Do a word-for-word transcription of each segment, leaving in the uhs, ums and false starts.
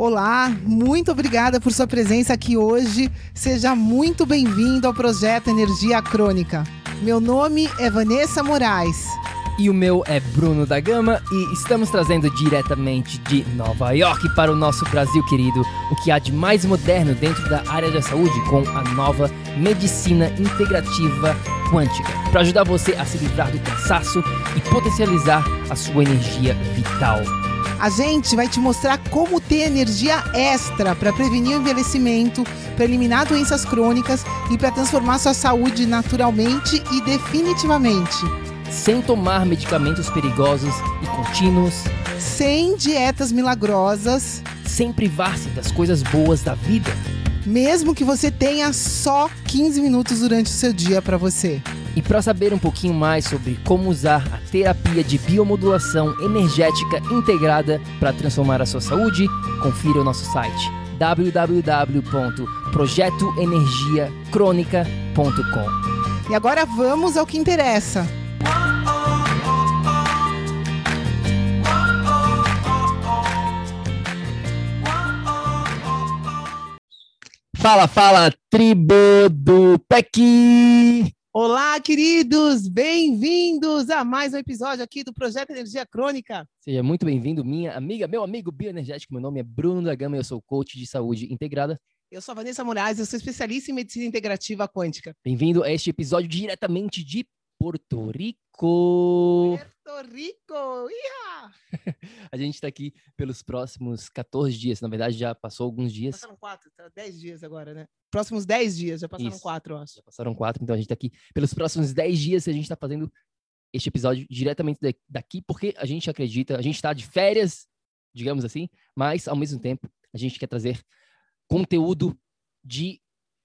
Olá, muito obrigada por sua presença aqui hoje. Seja muito bem-vindo ao projeto Energia Crônica. Meu nome é Vanessa Moraes. E o meu é Bruno da Gama e estamos trazendo diretamente de Nova York para o nosso Brasil querido o que há de mais moderno dentro da área da saúde com a nova medicina integrativa quântica, para ajudar você a se livrar do cansaço e potencializar a sua energia vital. A gente vai te mostrar como ter energia extra para prevenir o envelhecimento, para eliminar doenças crônicas e para transformar sua saúde naturalmente e definitivamente. Sem tomar medicamentos perigosos e contínuos. Sem dietas milagrosas. Sem privar-se das coisas boas da vida. Mesmo que você tenha só quinze minutos durante o seu dia para você. E para saber um pouquinho mais sobre como usar a terapia de biomodulação energética integrada para transformar a sua saúde, confira o nosso site w w w ponto projeto energia crônica ponto com. E agora vamos ao que interessa. Fala, fala, tribo do P E C! Olá, queridos! Bem-vindos a mais um episódio aqui do Projeto Energia Crônica. Seja muito bem-vindo, minha amiga, meu amigo bioenergético. Meu nome é Bruno da Gama e eu sou coach de saúde integrada. Eu sou a Vanessa Moraes, eu sou especialista em medicina integrativa quântica. Bem-vindo a este episódio diretamente de Porto Rico. Porto Rico! Iha! A gente está aqui pelos próximos quatorze dias. Na verdade, já passou alguns dias. Passaram quatro, tá dez dias agora, né? Próximos dez dias, já passaram Isso. quatro, eu acho. Já passaram quatro, então a gente está aqui pelos próximos dez dias. A gente está fazendo este episódio diretamente daqui, porque a gente acredita, a gente está de férias, digamos assim, mas, ao mesmo tempo, a gente quer trazer conteúdo de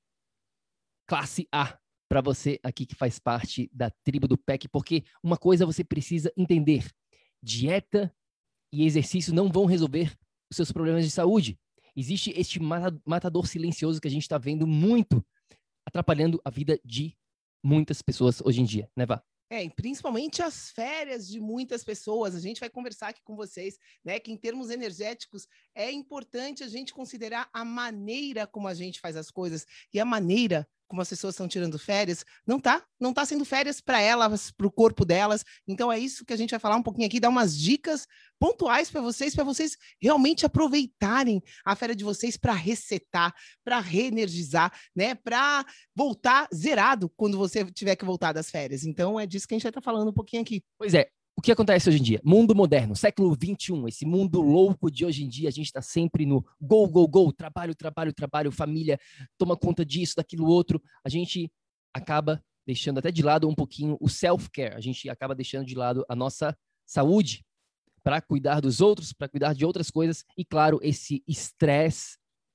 classe A para você aqui que faz parte da tribo do P E C, porque uma coisa você precisa entender: dieta e exercício não vão resolver os seus problemas de saúde. Existe este matador silencioso que a gente está vendo muito atrapalhando a vida de muitas pessoas hoje em dia, né, Vá? É, e principalmente as férias de muitas pessoas. A gente vai conversar aqui com vocês, né, que em termos energéticos é importante a gente considerar a maneira como a gente faz as coisas e a maneira como as pessoas estão tirando férias, não tá, não tá sendo férias para elas, para o corpo delas. Então é isso que a gente vai falar um pouquinho aqui, dar umas dicas pontuais para vocês, para vocês realmente aproveitarem a férias de vocês para resetar, para reenergizar, né, para voltar zerado quando você tiver que voltar das férias. Então é disso que a gente vai estar falando um pouquinho aqui. Pois é. O que acontece hoje em dia? Mundo moderno, século vinte e um, esse mundo louco de hoje em dia, a gente está sempre no go, go, go, trabalho, trabalho, trabalho, família, toma conta disso, daquilo outro. A gente acaba deixando até de lado um pouquinho o self-care, a gente acaba deixando de lado a nossa saúde para cuidar dos outros, para cuidar de outras coisas. E, claro, esse estresse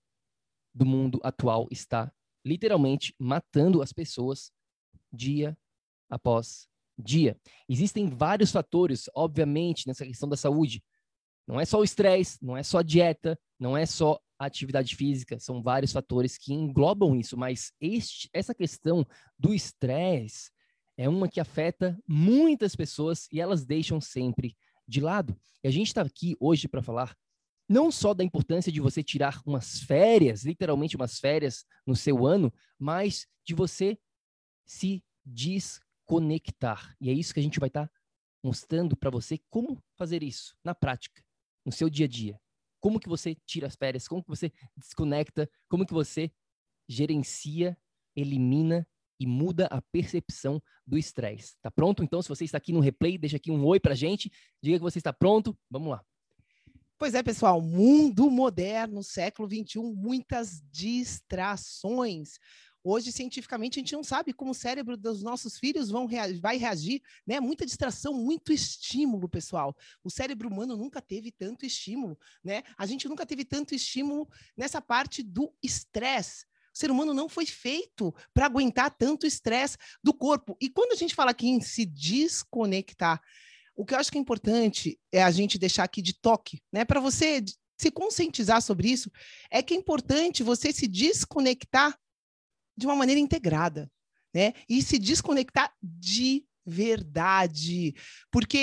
do mundo atual está literalmente matando as pessoas dia após dia. Existem vários fatores, obviamente, nessa questão da saúde. Não é só o estresse, não é só a dieta, não é só a atividade física, são vários fatores que englobam isso, mas este, essa questão do estresse é uma que afeta muitas pessoas e elas deixam sempre de lado. E a gente está aqui hoje para falar não só da importância de você tirar umas férias, literalmente umas férias no seu ano, mas de você se desconectar. Conectar. E é isso que a gente vai estar tá mostrando para você como fazer isso na prática, no seu dia a dia. Como que você tira as férias, como que você desconecta, como que você gerencia, elimina e muda a percepção do estresse. Tá pronto? Então, se você está aqui no replay, deixa aqui um oi pra gente, diga que você está pronto, vamos lá. Pois é, pessoal, mundo moderno, século vinte e um, muitas distrações. Hoje, cientificamente, a gente não sabe como o cérebro dos nossos filhos vão rea- vai reagir, né? Muita distração, muito estímulo, pessoal. O cérebro humano nunca teve tanto estímulo, né? A gente nunca teve tanto estímulo nessa parte do estresse. O ser humano não foi feito para aguentar tanto estresse do corpo. E quando a gente fala aqui em se desconectar, o que eu acho que é importante é a gente deixar aqui de toque, né? Para você se conscientizar sobre isso, é que é importante você se desconectar de uma maneira integrada, né? E se desconectar de verdade. Porque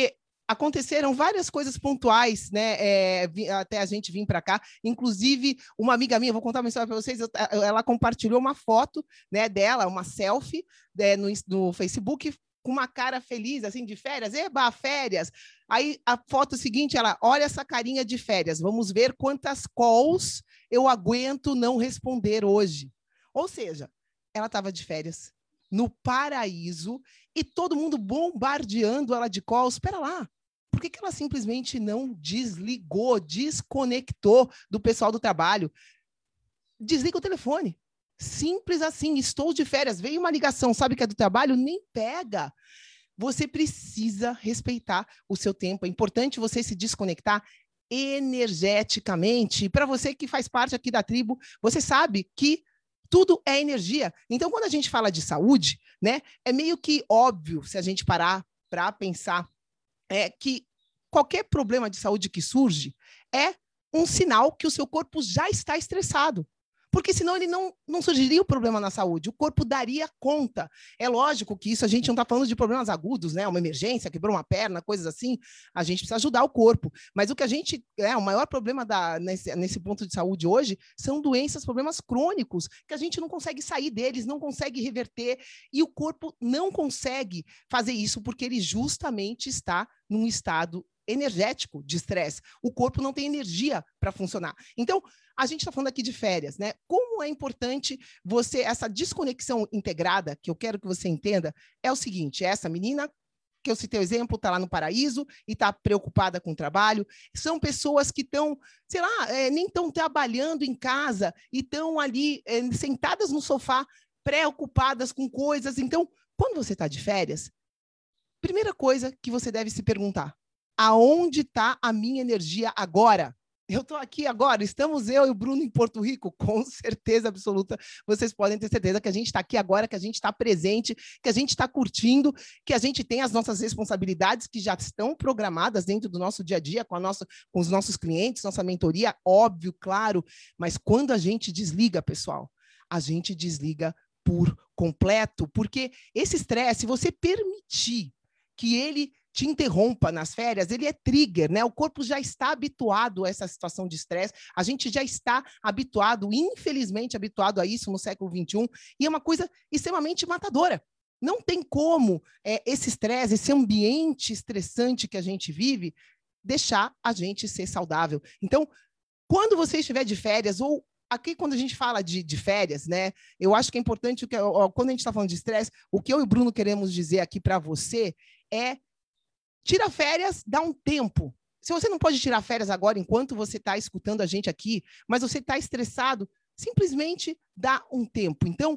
aconteceram várias coisas pontuais, né? É, até a gente vir para cá. Inclusive, uma amiga minha, vou contar uma história para vocês, eu, ela compartilhou uma foto, né, dela, uma selfie, né, no, no Facebook, com uma cara feliz, assim, de férias. Eba, férias! Aí, a foto seguinte, ela, olha essa carinha de férias, vamos ver quantas calls eu aguento não responder hoje. Ou seja, ela estava de férias, no paraíso, e todo mundo bombardeando ela de calls. Espera lá, por que que ela simplesmente não desligou, desconectou do pessoal do trabalho? Desliga o telefone. Simples assim, estou de férias, veio uma ligação, sabe que é do trabalho? Nem pega. Você precisa respeitar o seu tempo. É importante você se desconectar energeticamente. Para você que faz parte aqui da tribo, você sabe que tudo é energia. Então, quando a gente fala de saúde, né, é meio que óbvio, se a gente parar para pensar, é que qualquer problema de saúde que surge é um sinal que o seu corpo já está estressado. Porque senão ele não, não surgiria o problema na saúde, o corpo daria conta. É lógico que isso a gente não está falando de problemas agudos, né? Uma emergência, quebrou uma perna, coisas assim, a gente precisa ajudar o corpo. Mas o que a gente, é, o maior problema da, nesse, nesse ponto de saúde hoje são doenças, problemas crônicos, que a gente não consegue sair deles, não consegue reverter, e o corpo não consegue fazer isso porque ele justamente está num estado energético de estresse. O corpo não tem energia para funcionar. Então, a gente está falando aqui de férias, né? Como é importante você, essa desconexão integrada, que eu quero que você entenda, é o seguinte: essa menina que eu citei o exemplo, está lá no paraíso e está preocupada com o trabalho. São pessoas que estão, sei lá, é, nem estão trabalhando em casa e estão ali é, sentadas no sofá, preocupadas com coisas. Então, quando você está de férias, primeira coisa que você deve se perguntar: aonde está a minha energia agora? Eu estou aqui agora, estamos eu e o Bruno em Porto Rico, com certeza absoluta, vocês podem ter certeza que a gente está aqui agora, que a gente está presente, que a gente está curtindo, que a gente tem as nossas responsabilidades que já estão programadas dentro do nosso dia a dia, com, a nossa, com os nossos clientes, nossa mentoria, óbvio, claro, mas quando a gente desliga, pessoal, a gente desliga por completo, porque esse estresse, se você permitir que ele te interrompa nas férias, ele é trigger, né? O corpo já está habituado a essa situação de estresse, a gente já está habituado, infelizmente habituado a isso no século vinte e um, e é uma coisa extremamente matadora. Não tem como é, esse estresse, esse ambiente estressante que a gente vive, deixar a gente ser saudável. Então, quando você estiver de férias, ou aqui quando a gente fala de, de férias, né? Eu acho que é importante, que, ó, quando a gente está falando de estresse, o que eu e o Bruno queremos dizer aqui para você é: tira férias, dá um tempo. Se você não pode tirar férias agora, enquanto você está escutando a gente aqui, mas você está estressado, simplesmente dá um tempo. Então,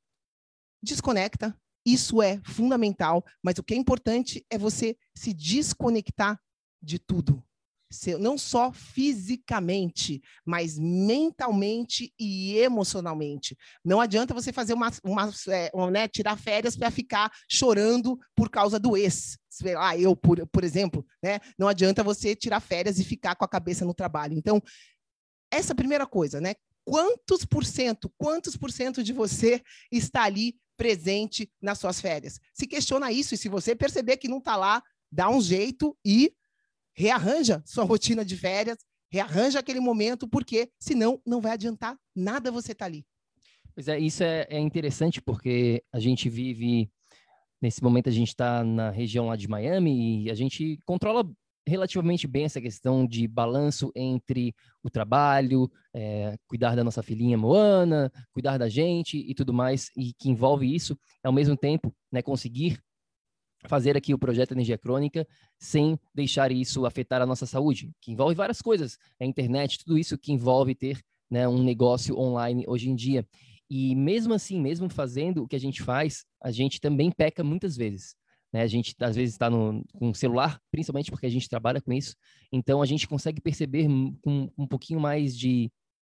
desconecta. Isso é fundamental, mas o que é importante é você se desconectar de tudo. Não só fisicamente, mas mentalmente e emocionalmente. Não adianta você fazer uma, uma, uma né, tirar férias para ficar chorando por causa do ex. Sei lá, eu, por, por exemplo, né? Não adianta você tirar férias e ficar com a cabeça no trabalho. Então, essa primeira coisa, né? Quantos por cento, quantos por cento de você está ali presente nas suas férias? Se questiona isso, e se você perceber que não está lá, dá um jeito e rearranja sua rotina de férias, rearranja aquele momento, porque senão não vai adiantar nada você estar ali. Pois é, isso é, é interessante, porque a gente vive, nesse momento a gente está na região lá de Miami e a gente controla relativamente bem essa questão de balanço entre o trabalho, é, cuidar da nossa filhinha Moana, cuidar da gente e tudo mais, e que envolve isso, ao mesmo tempo, né, conseguir fazer aqui o projeto Energia Crônica sem deixar isso afetar a nossa saúde, que envolve várias coisas, a internet, tudo isso que envolve ter, né, um negócio online hoje em dia. E mesmo assim, mesmo fazendo o que a gente faz, a gente também peca muitas vezes. Né? A gente, às vezes, está com o celular, principalmente porque a gente trabalha com isso, então a gente consegue perceber com um pouquinho mais de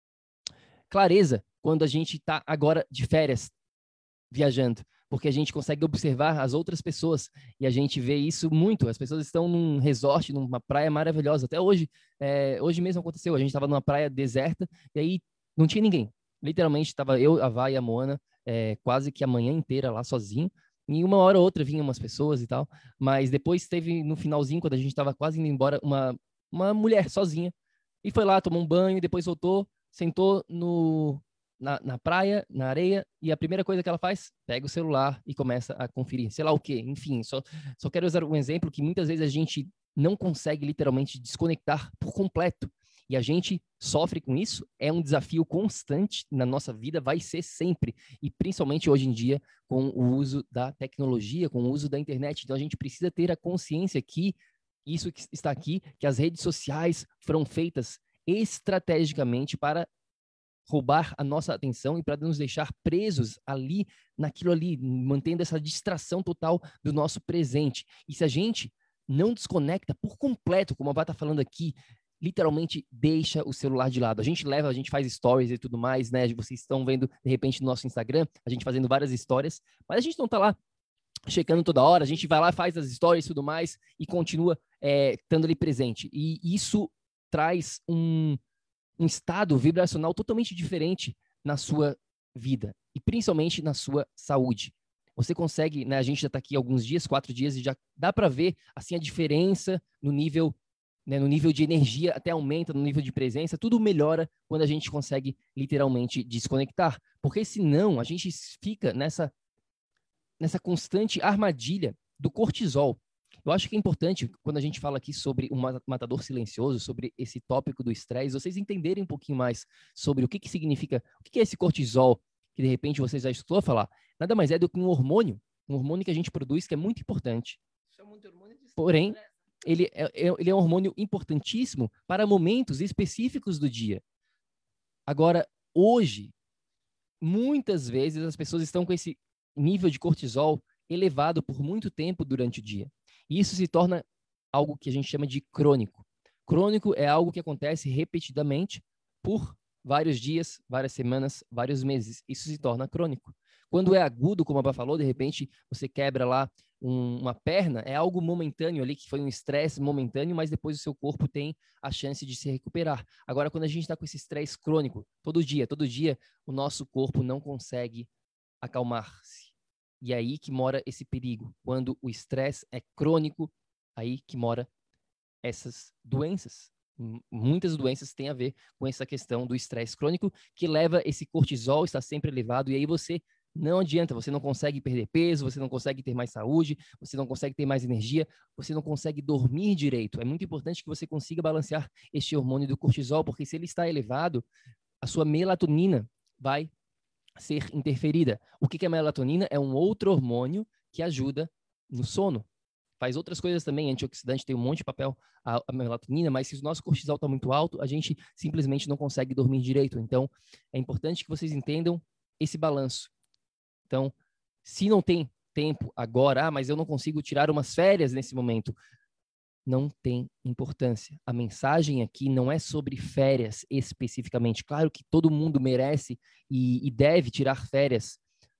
clareza quando a gente está agora de férias, viajando, porque a gente consegue observar as outras pessoas e a gente vê isso muito. As pessoas estão num resort, numa praia maravilhosa. Até hoje, é, hoje mesmo aconteceu. A gente estava numa praia deserta e aí não tinha ninguém. Literalmente estava eu, a Vai e a Moana, é, quase que a manhã inteira lá sozinho. Em uma hora ou outra vinham umas pessoas e tal, mas depois teve, no finalzinho, quando a gente estava quase indo embora, uma, uma mulher sozinha, e foi lá, tomou um banho, e depois voltou, sentou no, na, na praia, na areia, e a primeira coisa que ela faz, pega o celular e começa a conferir, sei lá o quê, enfim, só, só quero usar um exemplo que muitas vezes a gente não consegue literalmente desconectar por completo, e a gente sofre com isso, é um desafio constante na nossa vida, vai ser sempre, e principalmente hoje em dia, com o uso da tecnologia, com o uso da internet. Então, a gente precisa ter a consciência que isso que está aqui, que as redes sociais foram feitas estrategicamente para roubar a nossa atenção e para nos deixar presos ali, naquilo ali, mantendo essa distração total do nosso presente. E se a gente não desconecta por completo, como a Vá está falando aqui, literalmente deixa o celular de lado. A gente leva, a gente faz stories e tudo mais, né? Vocês estão vendo, de repente, no nosso Instagram, a gente fazendo várias histórias, mas a gente não tá lá checando toda hora, a gente vai lá, faz as stories e tudo mais e continua é, estando ali presente. E isso traz um, um estado vibracional totalmente diferente na sua vida e principalmente na sua saúde. Você consegue, né? A gente já está aqui alguns dias, quatro dias, e já dá para ver assim a diferença no nível Né, no nível de energia, até aumenta no nível de presença, tudo melhora quando a gente consegue literalmente desconectar, porque senão a gente fica nessa, nessa constante armadilha do cortisol. Eu acho que é importante, quando a gente fala aqui sobre um matador silencioso, sobre esse tópico do estresse, vocês entenderem um pouquinho mais sobre o que, que significa, o que, que é esse cortisol, que de repente vocês já escutou falar. Nada mais é do que um hormônio, um hormônio que a gente produz que é muito importante. Porém, Ele é, ele é um hormônio importantíssimo para momentos específicos do dia. Agora, hoje, muitas vezes as pessoas estão com esse nível de cortisol elevado por muito tempo durante o dia. E isso se torna algo que a gente chama de crônico. Crônico é algo que acontece repetidamente por vários dias, várias semanas, vários meses. Isso se torna crônico. Quando é agudo, como a Bá falou, de repente você quebra lá um, uma perna, é algo momentâneo ali, que foi um estresse momentâneo, mas depois o seu corpo tem a chance de se recuperar. Agora, quando a gente está com esse estresse crônico, todo dia, todo dia, o nosso corpo não consegue acalmar-se. E é aí que mora esse perigo. Quando o estresse é crônico, aí que mora essas doenças. Muitas doenças têm a ver com essa questão do estresse crônico, que leva esse cortisol, está sempre elevado, e aí você não adianta, você não consegue perder peso, você não consegue ter mais saúde, você não consegue ter mais energia, você não consegue dormir direito. É muito importante que você consiga balancear este hormônio do cortisol, porque se ele está elevado, a sua melatonina vai ser interferida. O que é melatonina? É um outro hormônio que ajuda no sono. Faz outras coisas também, antioxidante, tem um monte de papel a, a melatonina, mas se o nosso cortisol está muito alto, a gente simplesmente não consegue dormir direito. Então, é importante que vocês entendam esse balanço. Então, se não tem tempo agora, ah, mas eu não consigo tirar umas férias nesse momento, não tem importância. A mensagem aqui não é sobre férias especificamente. Claro que todo mundo merece e, e deve tirar férias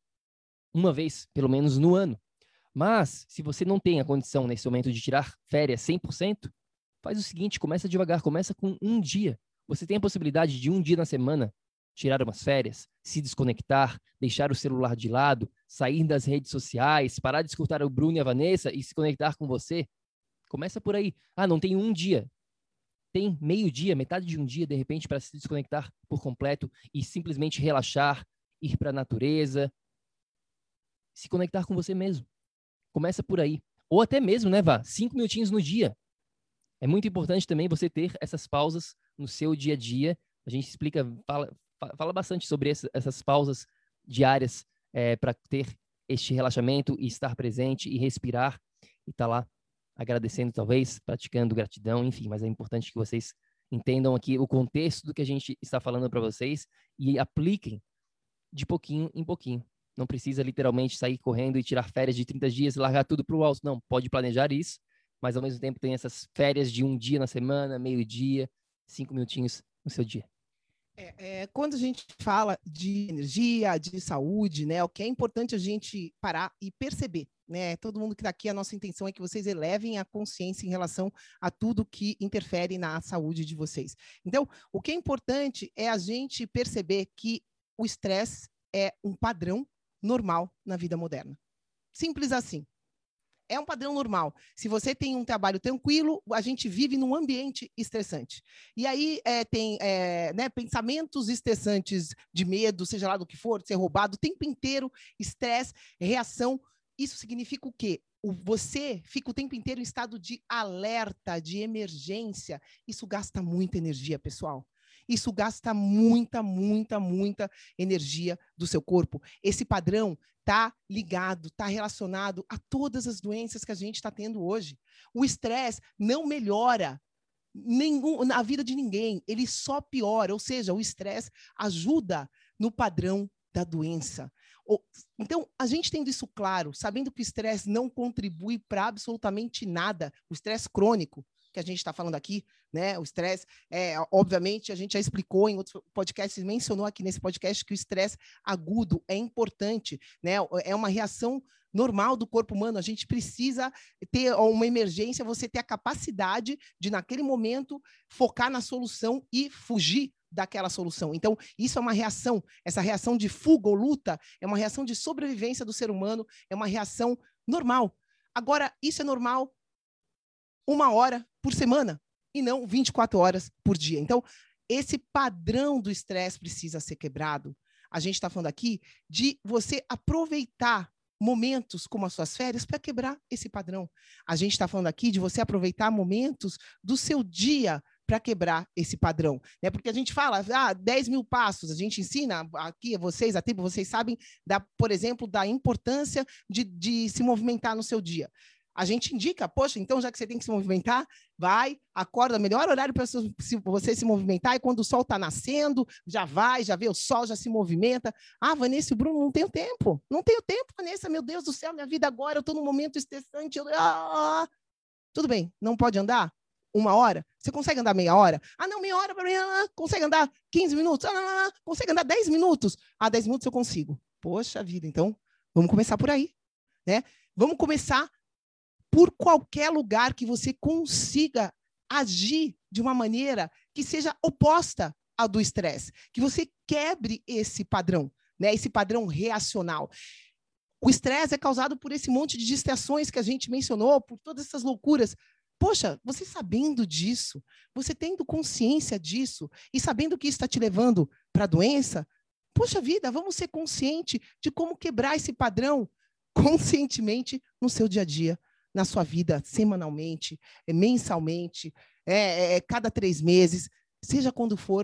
uma vez, pelo menos, no ano. Mas, se você não tem a condição nesse momento de tirar férias cem por cento, faz o seguinte, começa devagar, começa com um dia. Você tem a possibilidade de um dia na semana tirar umas férias, se desconectar, deixar o celular de lado, sair das redes sociais, parar de escutar o Bruno e a Vanessa e se conectar com você. Começa por aí. Ah, não tem um dia. Tem meio dia, metade de um dia, de repente, para se desconectar por completo e simplesmente relaxar, ir para a natureza, se conectar com você mesmo. Começa por aí. Ou até mesmo, né, Vá? Cinco minutinhos no dia. É muito importante também você ter essas pausas no seu dia a dia. A gente explica, fala, fala bastante sobre essa, essas pausas diárias é, para ter este relaxamento e estar presente e respirar e estar tá lá agradecendo, talvez, praticando gratidão, enfim. Mas é importante que vocês entendam aqui o contexto do que a gente está falando para vocês e apliquem de pouquinho em pouquinho. Não precisa literalmente sair correndo e tirar férias de trinta dias e largar tudo para o alto. Não, pode planejar isso, mas ao mesmo tempo tem essas férias de um dia na semana, meio dia, cinco minutinhos no seu dia. É, é, quando a gente fala de energia, de saúde, né, o que é importante a gente parar e perceber, né? Todo mundo que está aqui, a nossa intenção é que vocês elevem a consciência em relação a tudo que interfere na saúde de vocês. Então, o que é importante é a gente perceber que o estresse é um padrão normal na vida moderna. Simples assim. É um padrão normal. Se você tem um trabalho tranquilo, a gente vive num ambiente estressante. E aí é, tem é, né, pensamentos estressantes de medo, seja lá do que for, de ser roubado, o tempo inteiro, estresse, reação. Isso significa o quê? O, você fica o tempo inteiro em estado de alerta, de emergência. Isso gasta muita energia, pessoal. Isso gasta muita, muita, muita energia do seu corpo. Esse padrão está ligado, está relacionado a todas as doenças que a gente está tendo hoje. O estresse não melhora nenhum, na vida de ninguém, ele só piora, ou seja, o estresse ajuda no padrão da doença. Então, a gente tendo isso claro, sabendo que o estresse não contribui para absolutamente nada, o estresse crônico, que a gente está falando aqui, né? O estresse, é, obviamente, a gente já explicou em outros podcasts, mencionou aqui nesse podcast que o estresse agudo é importante, né? É uma reação normal do corpo humano. A gente precisa ter uma emergência, você ter a capacidade de, naquele momento, focar na solução e fugir daquela solução. Então, isso é uma reação, essa reação de fuga ou luta é uma reação de sobrevivência do ser humano, é uma reação normal. Agora, isso é normal uma hora por semana e não vinte e quatro horas por dia. Então, esse padrão do estresse precisa ser quebrado. A gente está falando aqui de você aproveitar momentos como as suas férias para quebrar esse padrão. A gente está falando aqui de você aproveitar momentos do seu dia para quebrar esse padrão, né? Porque a gente fala, ah, dez mil passos, a gente ensina aqui a vocês, a tribo, vocês sabem, da, por exemplo, da importância de, de se movimentar no seu dia. A gente indica, poxa, então já que você tem que se movimentar, vai, acorda, melhor horário para você se movimentar, e quando o sol está nascendo, já vai, já vê o sol, já se movimenta. Ah, Vanessa e Bruno, não tenho tempo, não tenho tempo, Vanessa, meu Deus do céu, minha vida agora, eu estou num momento estressante. Eu... Ah, tudo bem, não pode andar? Uma hora? Você consegue andar meia hora? Ah, não, meia hora para mim, ah, consegue andar quinze minutos? Ah, consegue andar dez minutos? Ah, dez minutos eu consigo. Poxa vida, então vamos começar por aí, né? Vamos começar por qualquer lugar que você consiga agir de uma maneira que seja oposta ao do estresse, que você quebre esse padrão, né? Esse padrão reacional. O estresse é causado por esse monte de distrações que a gente mencionou, por todas essas loucuras. Poxa, você sabendo disso, você tendo consciência disso e sabendo que isso está te levando para a doença, poxa vida, vamos ser conscientes de como quebrar esse padrão conscientemente no seu dia a dia, na sua vida, semanalmente, mensalmente, é, é, cada três meses, seja quando for.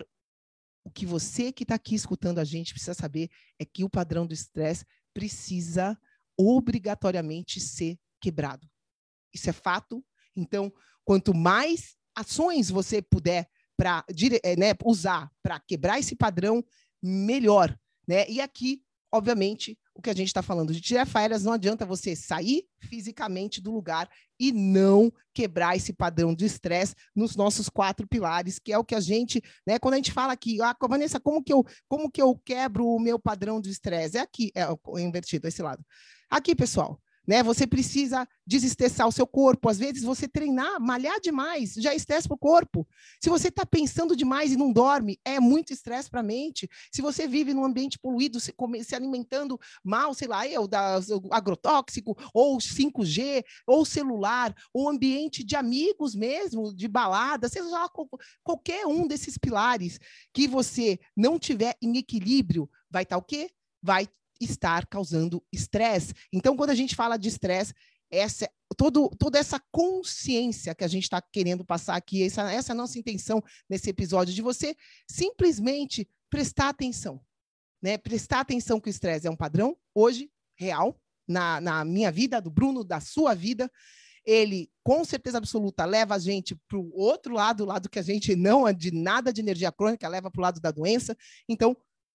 O que você que está aqui escutando a gente precisa saber é que o padrão do estresse precisa obrigatoriamente ser quebrado. Isso é fato. Então, quanto mais ações você puder pra, né, usar para quebrar esse padrão, melhor, né? E aqui, obviamente, o que a gente está falando de tirar férias, não adianta você sair fisicamente do lugar e não quebrar esse padrão de estresse nos nossos quatro pilares, que é o que a gente, né? Quando a gente fala aqui, ah, Vanessa, como que eu, como que eu quebro o meu padrão de estresse? É aqui, é, é invertido, esse lado. Aqui, pessoal. Né? Você precisa desestressar o seu corpo. Às vezes, você treinar, malhar demais, já é estresse para o corpo. Se você está pensando demais e não dorme, é muito estresse para a mente. Se você vive num ambiente poluído, se, come, se alimentando mal, sei lá, eu, da, agrotóxico, ou cinco G, ou celular, ou ambiente de amigos mesmo, de balada, seja lá qualquer um desses pilares que você não tiver em equilíbrio, vai estar o quê? Vai estar causando estresse. Então, quando a gente fala de estresse, essa, todo, toda essa consciência que a gente está querendo passar aqui, essa, essa é a nossa intenção nesse episódio, de você simplesmente prestar atenção, né? Prestar atenção que o estresse é um padrão, hoje, real, na, na minha vida, do Bruno, da sua vida. Ele, com certeza absoluta, leva a gente para o outro lado, o lado que a gente não é de nada de energia crônica, leva para o lado da doença. Então,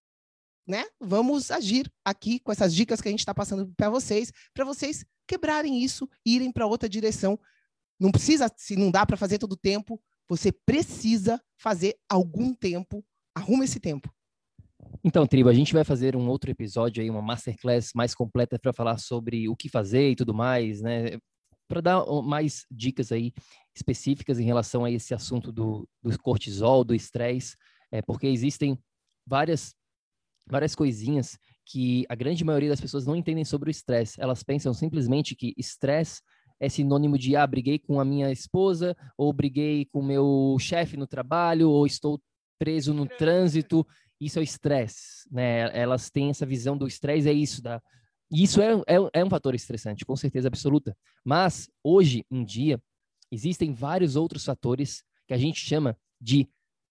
né? Vamos agir aqui com essas dicas que a gente está passando para vocês, para vocês quebrarem isso e irem para outra direção. Não precisa, se não dá para fazer todo o tempo, você precisa fazer algum tempo, arruma esse tempo. Então, tribo, a gente vai fazer um outro episódio aí, uma masterclass mais completa para falar sobre o que fazer e tudo mais, né? Para dar mais dicas aí específicas em relação a esse assunto do, do cortisol, do estresse, é, porque existem várias várias coisinhas que a grande maioria das pessoas não entendem sobre o estresse. Elas pensam simplesmente que estresse é sinônimo de, ah, briguei com a minha esposa, ou briguei com o meu chefe no trabalho, ou estou preso no trânsito. Isso é o estresse, né? Elas têm essa visão do estresse, é isso. Da... E isso é, é, é um fator estressante, com certeza absoluta. Mas, hoje em dia, existem vários outros fatores que a gente chama de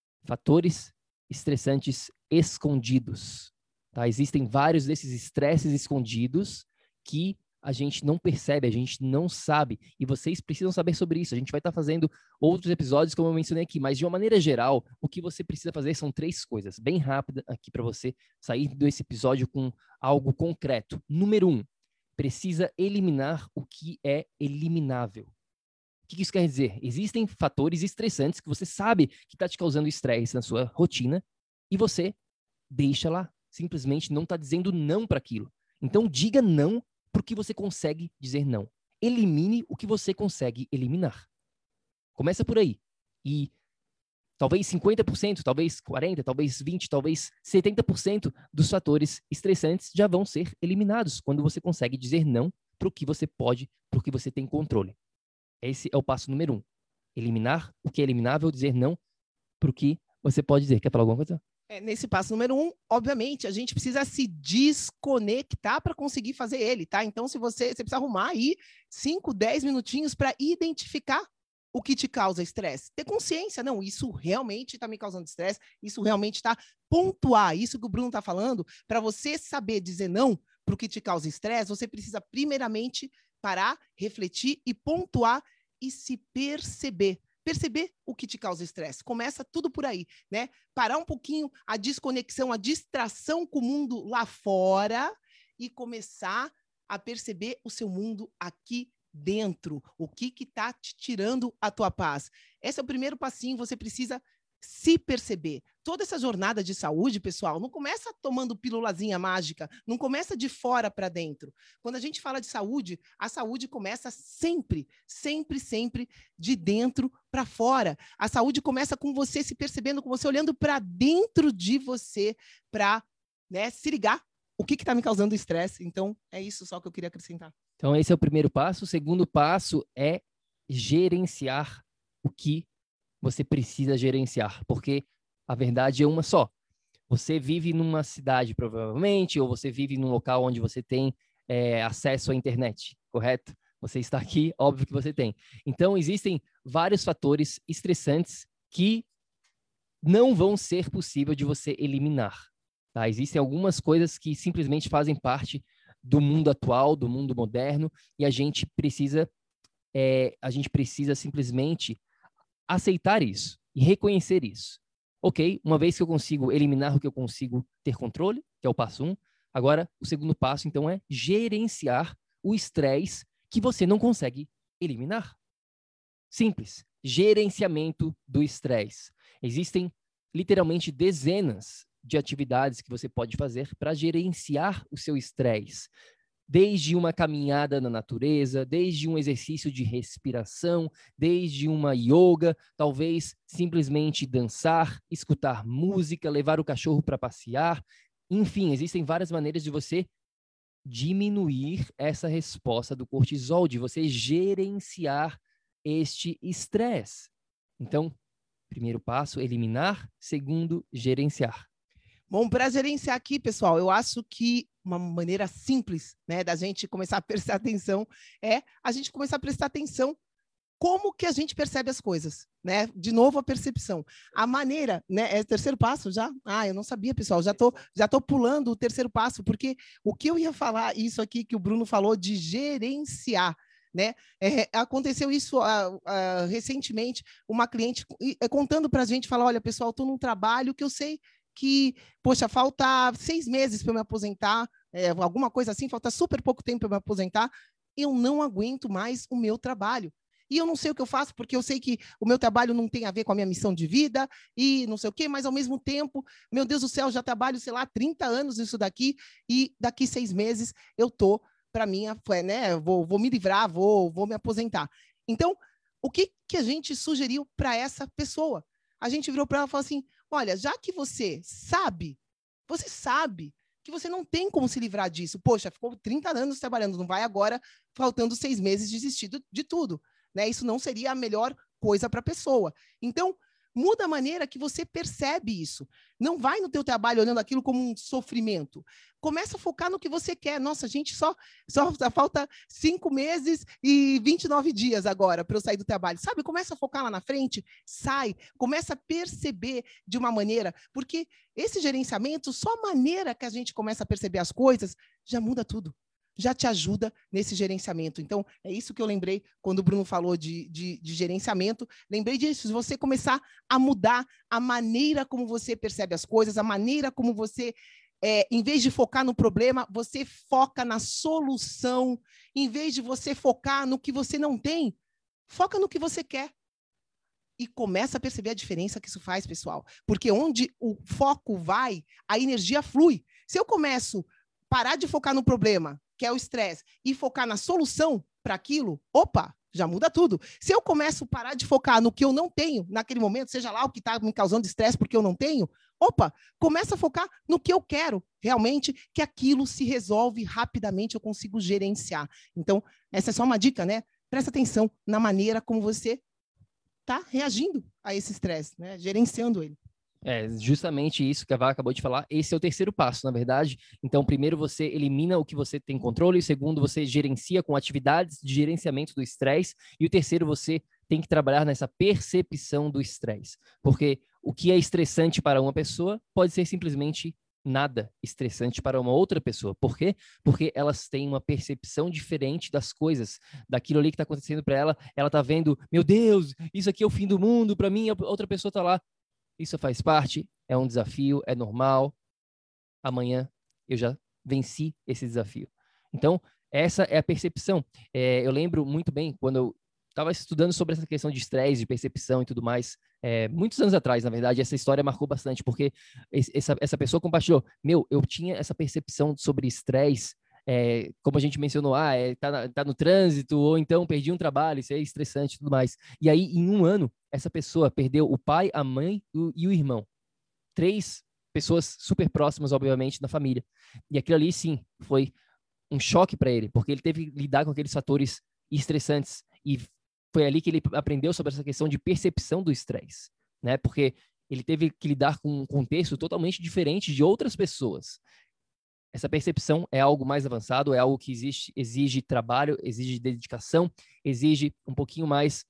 fatores estressantes escondidos. Tá? Existem vários desses estresses escondidos que a gente não percebe, a gente não sabe, e vocês precisam saber sobre isso. A gente vai estar fazendo outros episódios, como eu mencionei aqui, mas de uma maneira geral, o que você precisa fazer são três coisas, bem rápida aqui para você sair desse episódio com algo concreto. Número um, precisa eliminar o que é eliminável. O que isso quer dizer? Existem fatores estressantes que você sabe que está te causando estresse na sua rotina e você deixa lá, simplesmente não está dizendo não para aquilo. Então, diga não porque você consegue dizer não. Elimine o que você consegue eliminar. Começa por aí. E talvez cinquenta por cento, talvez quarenta por cento, talvez vinte por cento, talvez setenta por cento dos fatores estressantes já vão ser eliminados quando você consegue dizer não para o que você pode, para o que você tem controle. Esse é o passo número um. Eliminar o que é eliminável, dizer não para o que você pode dizer. Quer falar alguma coisa? É, nesse passo número um, obviamente, a gente precisa se desconectar para conseguir fazer ele, tá? Então, se você, você precisa arrumar aí cinco, dez minutinhos para identificar o que te causa estresse. Ter consciência, não, isso realmente está me causando estresse, isso realmente está pontuar, isso que o Bruno está falando, para você saber dizer não para o que te causa estresse, você precisa primeiramente parar, refletir e pontuar e se perceber. Perceber o que te causa estresse. Começa tudo por aí, né? Parar um pouquinho a desconexão, a distração com o mundo lá fora e começar a perceber o seu mundo aqui dentro. O que que tá te tirando a tua paz? Esse é o primeiro passinho, você precisa se perceber. Toda essa jornada de saúde, pessoal, não começa tomando pílulazinha mágica, não começa de fora para dentro. Quando a gente fala de saúde, a saúde começa sempre, sempre, sempre de dentro para fora. A saúde começa com você se percebendo, com você olhando para dentro de você, para, né, se ligar o que está me causando estresse. Então, é isso só que eu queria acrescentar. Então, esse é o primeiro passo. O segundo passo é gerenciar o que você precisa gerenciar, porque a verdade é uma só. Você vive numa cidade, provavelmente, ou você vive num local onde você tem é, acesso à internet, correto? Você está aqui, óbvio que você tem. Então, existem vários fatores estressantes que não vão ser possível de você eliminar. Tá? Existem algumas coisas que simplesmente fazem parte do mundo atual, do mundo moderno, e a gente precisa, é, a gente precisa simplesmente aceitar isso e reconhecer isso. Ok, uma vez que eu consigo eliminar o que eu consigo ter controle, que é o passo um, agora o segundo passo, então, é gerenciar o estresse que você não consegue eliminar. Simples. Gerenciamento do estresse. Existem literalmente dezenas de atividades que você pode fazer para gerenciar o seu estresse. Desde uma caminhada na natureza, desde um exercício de respiração, desde uma yoga, talvez simplesmente dançar, escutar música, levar o cachorro para passear. Enfim, existem várias maneiras de você diminuir essa resposta do cortisol, de você gerenciar este estresse. Então, primeiro passo, eliminar. Segundo, gerenciar. Bom, para gerenciar aqui, pessoal, eu acho que uma maneira simples, né, da gente começar a prestar atenção é a gente começar a prestar atenção como que a gente percebe as coisas, né? De novo, a percepção. A maneira, né? É o terceiro passo já? Ah, eu não sabia, pessoal. Já tô, já tô pulando o terceiro passo, porque o que eu ia falar, isso aqui que o Bruno falou de gerenciar, né? É, aconteceu isso uh, uh, recentemente, uma cliente uh, contando para a gente, falar, olha, pessoal, estou num trabalho que eu sei que, poxa, falta seis meses para eu me aposentar, é, alguma coisa assim, falta super pouco tempo para eu me aposentar, eu não aguento mais o meu trabalho. E eu não sei o que eu faço, porque eu sei que o meu trabalho não tem a ver com a minha missão de vida e não sei o quê, mas ao mesmo tempo, meu Deus do céu, já trabalho, sei lá, trinta anos isso daqui e daqui seis meses eu tô para mim, né, vou, vou me livrar, vou, vou me aposentar. Então, o que, que a gente sugeriu para essa pessoa? A gente virou para ela e falou assim, olha, já que você sabe, você sabe que você não tem como se livrar disso. Poxa, ficou trinta anos trabalhando, não vai agora, faltando seis meses, desistir de tudo. Né? Isso não seria a melhor coisa para a pessoa. Então, muda a maneira que você percebe isso. Não vai no teu trabalho olhando aquilo como um sofrimento. Começa a focar no que você quer. Nossa, gente, só, só falta cinco meses e vinte e nove dias agora para eu sair do trabalho. Sabe? Começa a focar lá na frente, sai, começa a perceber de uma maneira, porque esse gerenciamento, só a maneira que a gente começa a perceber as coisas, já muda tudo. Já te ajuda nesse gerenciamento. Então, é isso que eu lembrei quando o Bruno falou de, de, de gerenciamento. Lembrei disso, se você começar a mudar a maneira como você percebe as coisas, a maneira como você, é, em vez de focar no problema, você foca na solução. Em vez de você focar no que você não tem, foca no que você quer. E começa a perceber a diferença que isso faz, pessoal. Porque onde o foco vai, a energia flui. Se eu começo a parar de focar no problema, que é o estresse, e focar na solução para aquilo, opa, já muda tudo. Se eu começo a parar de focar no que eu não tenho naquele momento, seja lá o que está me causando estresse porque eu não tenho, opa, começa a focar no que eu quero realmente, que aquilo se resolve rapidamente, eu consigo gerenciar. Então, essa é só uma dica, né? Presta atenção na maneira como você está reagindo a esse estresse, né? Gerenciando ele. É justamente isso que a Vá acabou de falar. Esse é o terceiro passo, na verdade. Então, primeiro você elimina o que você tem controle, o segundo você gerencia com atividades de gerenciamento do estresse, e o terceiro você tem que trabalhar nessa percepção do estresse. Porque o que é estressante para uma pessoa pode ser simplesmente nada estressante para uma outra pessoa. Por quê? Porque elas têm uma percepção diferente das coisas, daquilo ali que está acontecendo para ela. Ela está vendo, meu Deus, isso aqui é o fim do mundo para mim, a outra pessoa está lá. Isso faz parte, é um desafio, é normal. Amanhã eu já venci esse desafio. Então, essa é a percepção. É, eu lembro muito bem quando eu estava estudando sobre essa questão de estresse, de percepção e tudo mais, é, muitos anos atrás, na verdade, essa história marcou bastante, porque essa, essa pessoa compartilhou, meu, eu tinha essa percepção sobre estresse, é, como a gente mencionou, ah, é, tá, na, tá no trânsito, ou então perdi um trabalho, isso é estressante e tudo mais. E aí, em um ano, essa pessoa perdeu o pai, a mãe o, e o irmão. Três pessoas super próximas, obviamente, da família. E aquilo ali, sim, foi um choque para ele, porque ele teve que lidar com aqueles fatores estressantes. E foi ali que ele aprendeu sobre essa questão de percepção do estresse, né? Porque ele teve que lidar com um contexto totalmente diferente de outras pessoas. Essa percepção é algo mais avançado, é algo que existe, exige trabalho, exige dedicação, exige um pouquinho mais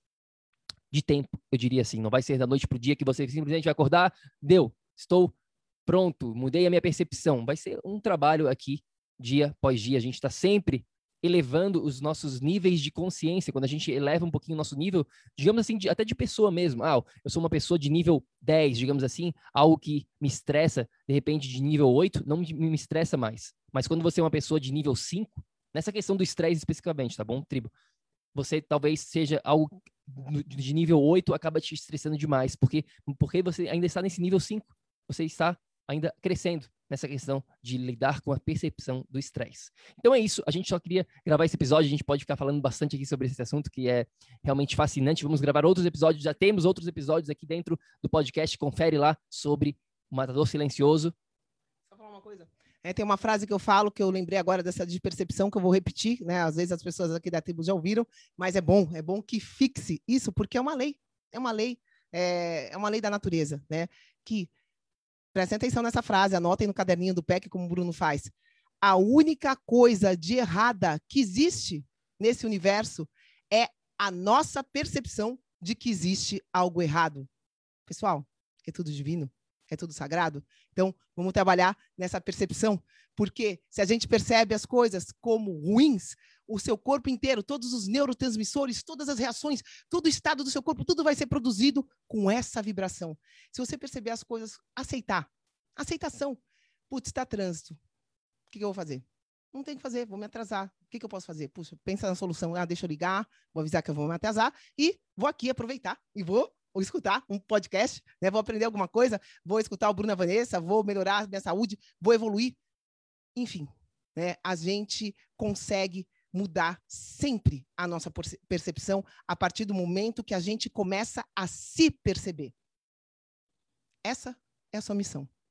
de tempo, eu diria assim. Não vai ser da noite para o dia que você simplesmente vai acordar, deu, estou pronto, mudei a minha percepção. Vai ser um trabalho aqui, dia após dia. A gente está sempre elevando os nossos níveis de consciência. Quando a gente eleva um pouquinho o nosso nível, digamos assim, de, até de pessoa mesmo. Ah, eu sou uma pessoa de nível dez, digamos assim, algo que me estressa, de repente, de nível oito, não me, me estressa mais. Mas quando você é uma pessoa de nível cinco, nessa questão do estresse especificamente, tá bom, tribo? Você talvez seja algo de nível oito, acaba te estressando demais, porque, porque você ainda está nesse nível cinco. Você está ainda crescendo nessa questão de lidar com a percepção do estresse. Então é isso, a gente só queria gravar esse episódio, a gente pode ficar falando bastante aqui sobre esse assunto, que é realmente fascinante. Vamos gravar outros episódios, já temos outros episódios aqui dentro do podcast, confere lá sobre o Matador Silencioso. Só falar uma coisa. É, tem uma frase que eu falo, que eu lembrei agora dessa de percepção, que eu vou repetir, né? Às vezes as pessoas aqui da tribo já ouviram, mas é bom, é bom que fixe isso, porque é uma lei, é uma lei, é, é uma lei da natureza, né? Que, prestem atenção nessa frase, anotem no caderninho do P E C, como o Bruno faz. A única coisa de errada que existe nesse universo é a nossa percepção de que existe algo errado. Pessoal, é tudo divino. É tudo sagrado? Então, vamos trabalhar nessa percepção, porque se a gente percebe as coisas como ruins, o seu corpo inteiro, todos os neurotransmissores, todas as reações, todo o estado do seu corpo, tudo vai ser produzido com essa vibração. Se você perceber as coisas, aceitar. Aceitação. Putz, está trânsito. O que, que eu vou fazer? Não tem o que fazer, vou me atrasar. O que, que eu posso fazer? Puxa, pensa na solução. Ah, deixa eu ligar, vou avisar que eu vou me atrasar e vou aqui aproveitar e vou ou escutar um podcast, né? Vou aprender alguma coisa, vou escutar o Bruno e a Vanessa, vou melhorar a minha saúde, vou evoluir. Enfim, né? A gente consegue mudar sempre a nossa percepção a partir do momento que a gente começa a se perceber. Essa é a sua missão,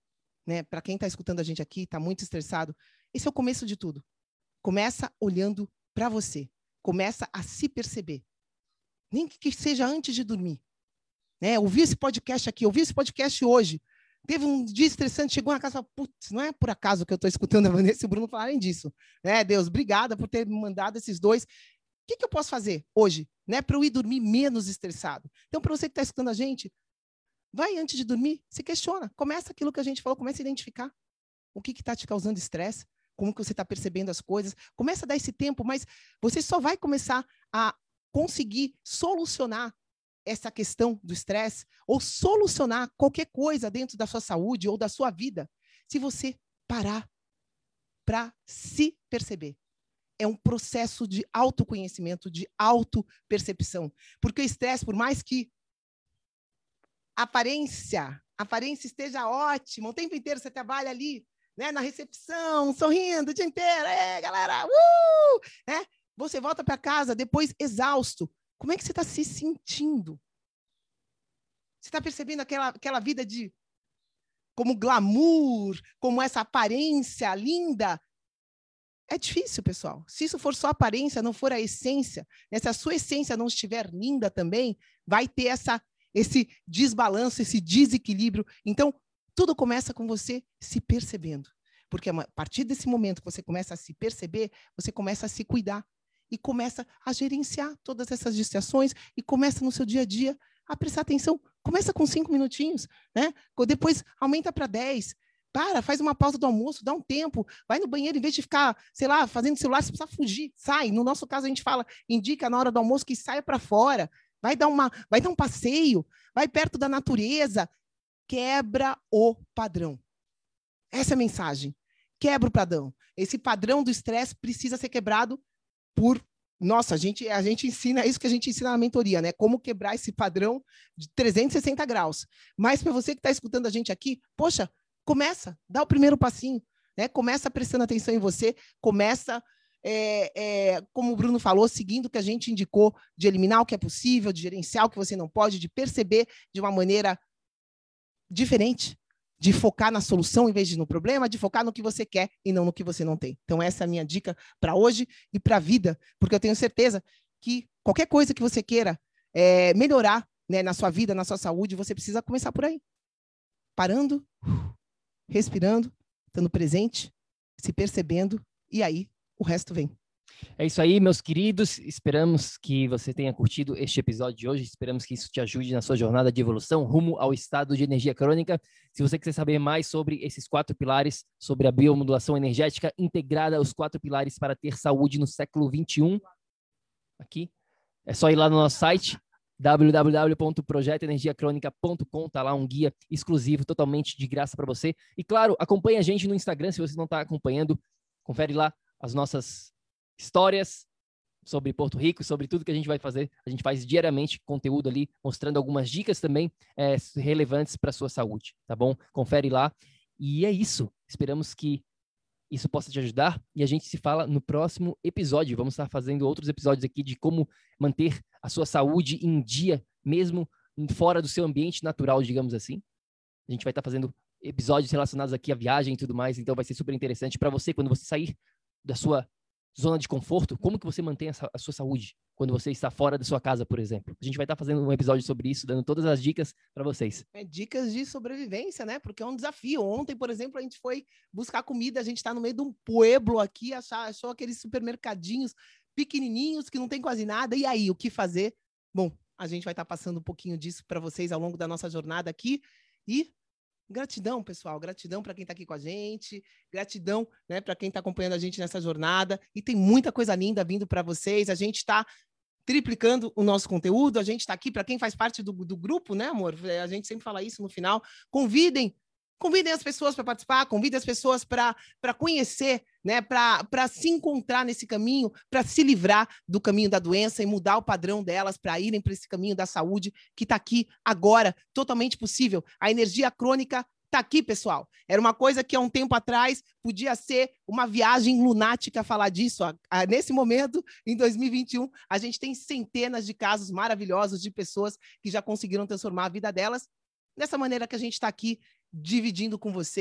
né? Para quem está escutando a gente aqui, está muito estressado, esse é o começo de tudo. Começa olhando para você. Começa a se perceber. Nem que seja antes de dormir. Né? Ouvi esse podcast aqui, ouvi esse podcast hoje. Teve um dia estressante, chegou na casa e falou, putz, não é por acaso que eu estou escutando a Vanessa e o Bruno falarem disso. Né? Deus, obrigada por ter me mandado esses dois. O que, que eu posso fazer hoje, né, para eu ir dormir menos estressado? Então, para você que está escutando a gente, vai antes de dormir, se questiona. Começa aquilo que a gente falou, começa a identificar o que está te causando estresse, como que você está percebendo as coisas. Começa a dar esse tempo, mas você só vai começar a conseguir solucionar essa questão do estresse ou solucionar qualquer coisa dentro da sua saúde ou da sua vida, se você parar para se perceber. É um processo de autoconhecimento, de autopercepção. Porque o estresse, por mais que a aparência, a aparência esteja ótima, o tempo inteiro você trabalha ali, né, na recepção, sorrindo o dia inteiro, é, galera, uh! né? Você volta para casa depois exausto. Como é que você está se sentindo? Você está percebendo aquela, aquela vida de como glamour, como essa aparência linda? É difícil, pessoal. Se isso for só aparência, não for a essência, né? Se a sua essência não estiver linda também, vai ter essa, esse desbalanço, esse desequilíbrio. Então, tudo começa com você se percebendo. Porque a partir desse momento que você começa a se perceber, você começa a se cuidar. E começa a gerenciar todas essas distrações e começa no seu dia a dia a prestar atenção. Começa com cinco minutinhos, né? Depois aumenta para dez. Para, faz uma pausa do almoço, dá um tempo, vai no banheiro, em vez de ficar, sei lá, fazendo celular, você precisa fugir, sai. No nosso caso, a gente fala, indica na hora do almoço que saia para fora, vai dar, uma, vai dar um passeio, vai perto da natureza. Quebra o padrão. Essa é a mensagem. Quebra o padrão. Esse padrão do estresse precisa ser quebrado por... Nossa, a gente, a gente ensina isso que a gente ensina na mentoria, né? Como quebrar esse padrão de trezentos e sessenta graus. Mas para você que está escutando a gente aqui, poxa, começa, dá o primeiro passinho, né? Começa prestando atenção em você, começa, é, é, como o Bruno falou, seguindo o que a gente indicou, de eliminar o que é possível, de gerenciar o que você não pode, de perceber de uma maneira diferente, de focar na solução em vez de no problema, de focar no que você quer e não no que você não tem. Então, essa é a minha dica para hoje e para a vida, porque eu tenho certeza que qualquer coisa que você queira é, melhorar, né, na sua vida, na sua saúde, você precisa começar por aí. Parando, respirando, estando presente, se percebendo, e aí o resto vem. É isso aí, meus queridos. Esperamos que você tenha curtido este episódio de hoje. Esperamos que isso te ajude na sua jornada de evolução rumo ao estado de energia crônica. Se você quiser saber mais sobre esses quatro pilares, sobre a biomodulação energética integrada aos quatro pilares para ter saúde no século vinte e um, aqui, é só ir lá no nosso site, w w w ponto projeto energia crônica ponto com, tá lá um guia exclusivo, totalmente de graça para você. E claro, acompanhe a gente no Instagram, se você não está acompanhando, confere lá as nossas histórias sobre Porto Rico, sobre tudo que a gente vai fazer. A gente faz diariamente conteúdo ali, mostrando algumas dicas também é, relevantes para a sua saúde, tá bom? Confere lá. E é isso. Esperamos que isso possa te ajudar e a gente se fala no próximo episódio. Vamos estar fazendo outros episódios aqui de como manter a sua saúde em dia, mesmo fora do seu ambiente natural, digamos assim. A gente vai estar fazendo episódios relacionados aqui à viagem e tudo mais, então vai ser super interessante para você, quando você sair da sua zona de conforto, como que você mantém a sua saúde quando você está fora da sua casa, por exemplo. A gente vai estar fazendo um episódio sobre isso, dando todas as dicas para vocês. É, dicas de sobrevivência, né? Porque é um desafio. Ontem, por exemplo, a gente foi buscar comida, a gente está no meio de um pueblo aqui, achou, achou aqueles supermercadinhos pequenininhos que não tem quase nada. E aí, o que fazer? Bom, a gente vai estar passando um pouquinho disso para vocês ao longo da nossa jornada aqui. E gratidão, pessoal, gratidão para quem está aqui com a gente, gratidão, né, para quem está acompanhando a gente nessa jornada, e tem muita coisa linda vindo para vocês. A gente está triplicando o nosso conteúdo, a gente está aqui para quem faz parte do, do grupo, né, amor? A gente sempre fala isso no final. Convidem, convidem as pessoas para participar, convidem as pessoas para para conhecer, né, para para se encontrar nesse caminho, para se livrar do caminho da doença e mudar o padrão delas para irem para esse caminho da saúde que está aqui agora, totalmente possível. A energia crônica está aqui, pessoal. Era uma coisa que há um tempo atrás podia ser uma viagem lunática falar disso. Nesse momento, em dois mil e vinte e um, a gente tem centenas de casos maravilhosos de pessoas que já conseguiram transformar a vida delas dessa maneira que a gente está aqui dividindo com você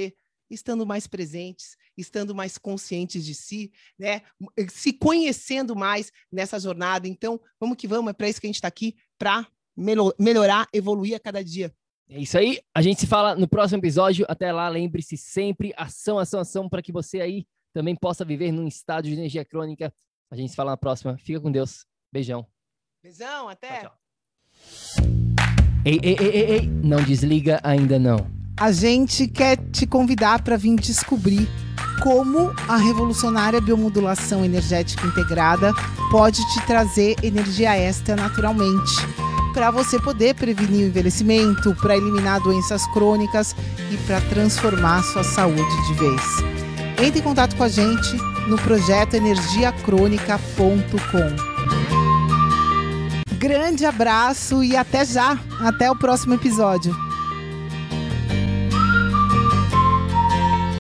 estando mais presentes, estando mais conscientes de si, né? Se conhecendo mais nessa jornada. Então, vamos que vamos, é para isso que a gente está aqui, para melhorar, evoluir a cada dia. É isso aí, a gente se fala no próximo episódio. Até lá, lembre-se sempre, ação, ação, ação, para que você aí também possa viver num estado de energia crônica. A gente se fala na próxima. Fica com Deus. Beijão. Beijão, até. Tchau, tchau. Ei, ei, ei, ei, ei, não desliga ainda não. A gente quer te convidar para vir descobrir como a revolucionária biomodulação energética integrada pode te trazer energia extra naturalmente, para você poder prevenir o envelhecimento, para eliminar doenças crônicas e para transformar sua saúde de vez. Entre em contato com a gente no projeto energia crônica ponto com. Grande abraço e até já! Até o próximo episódio!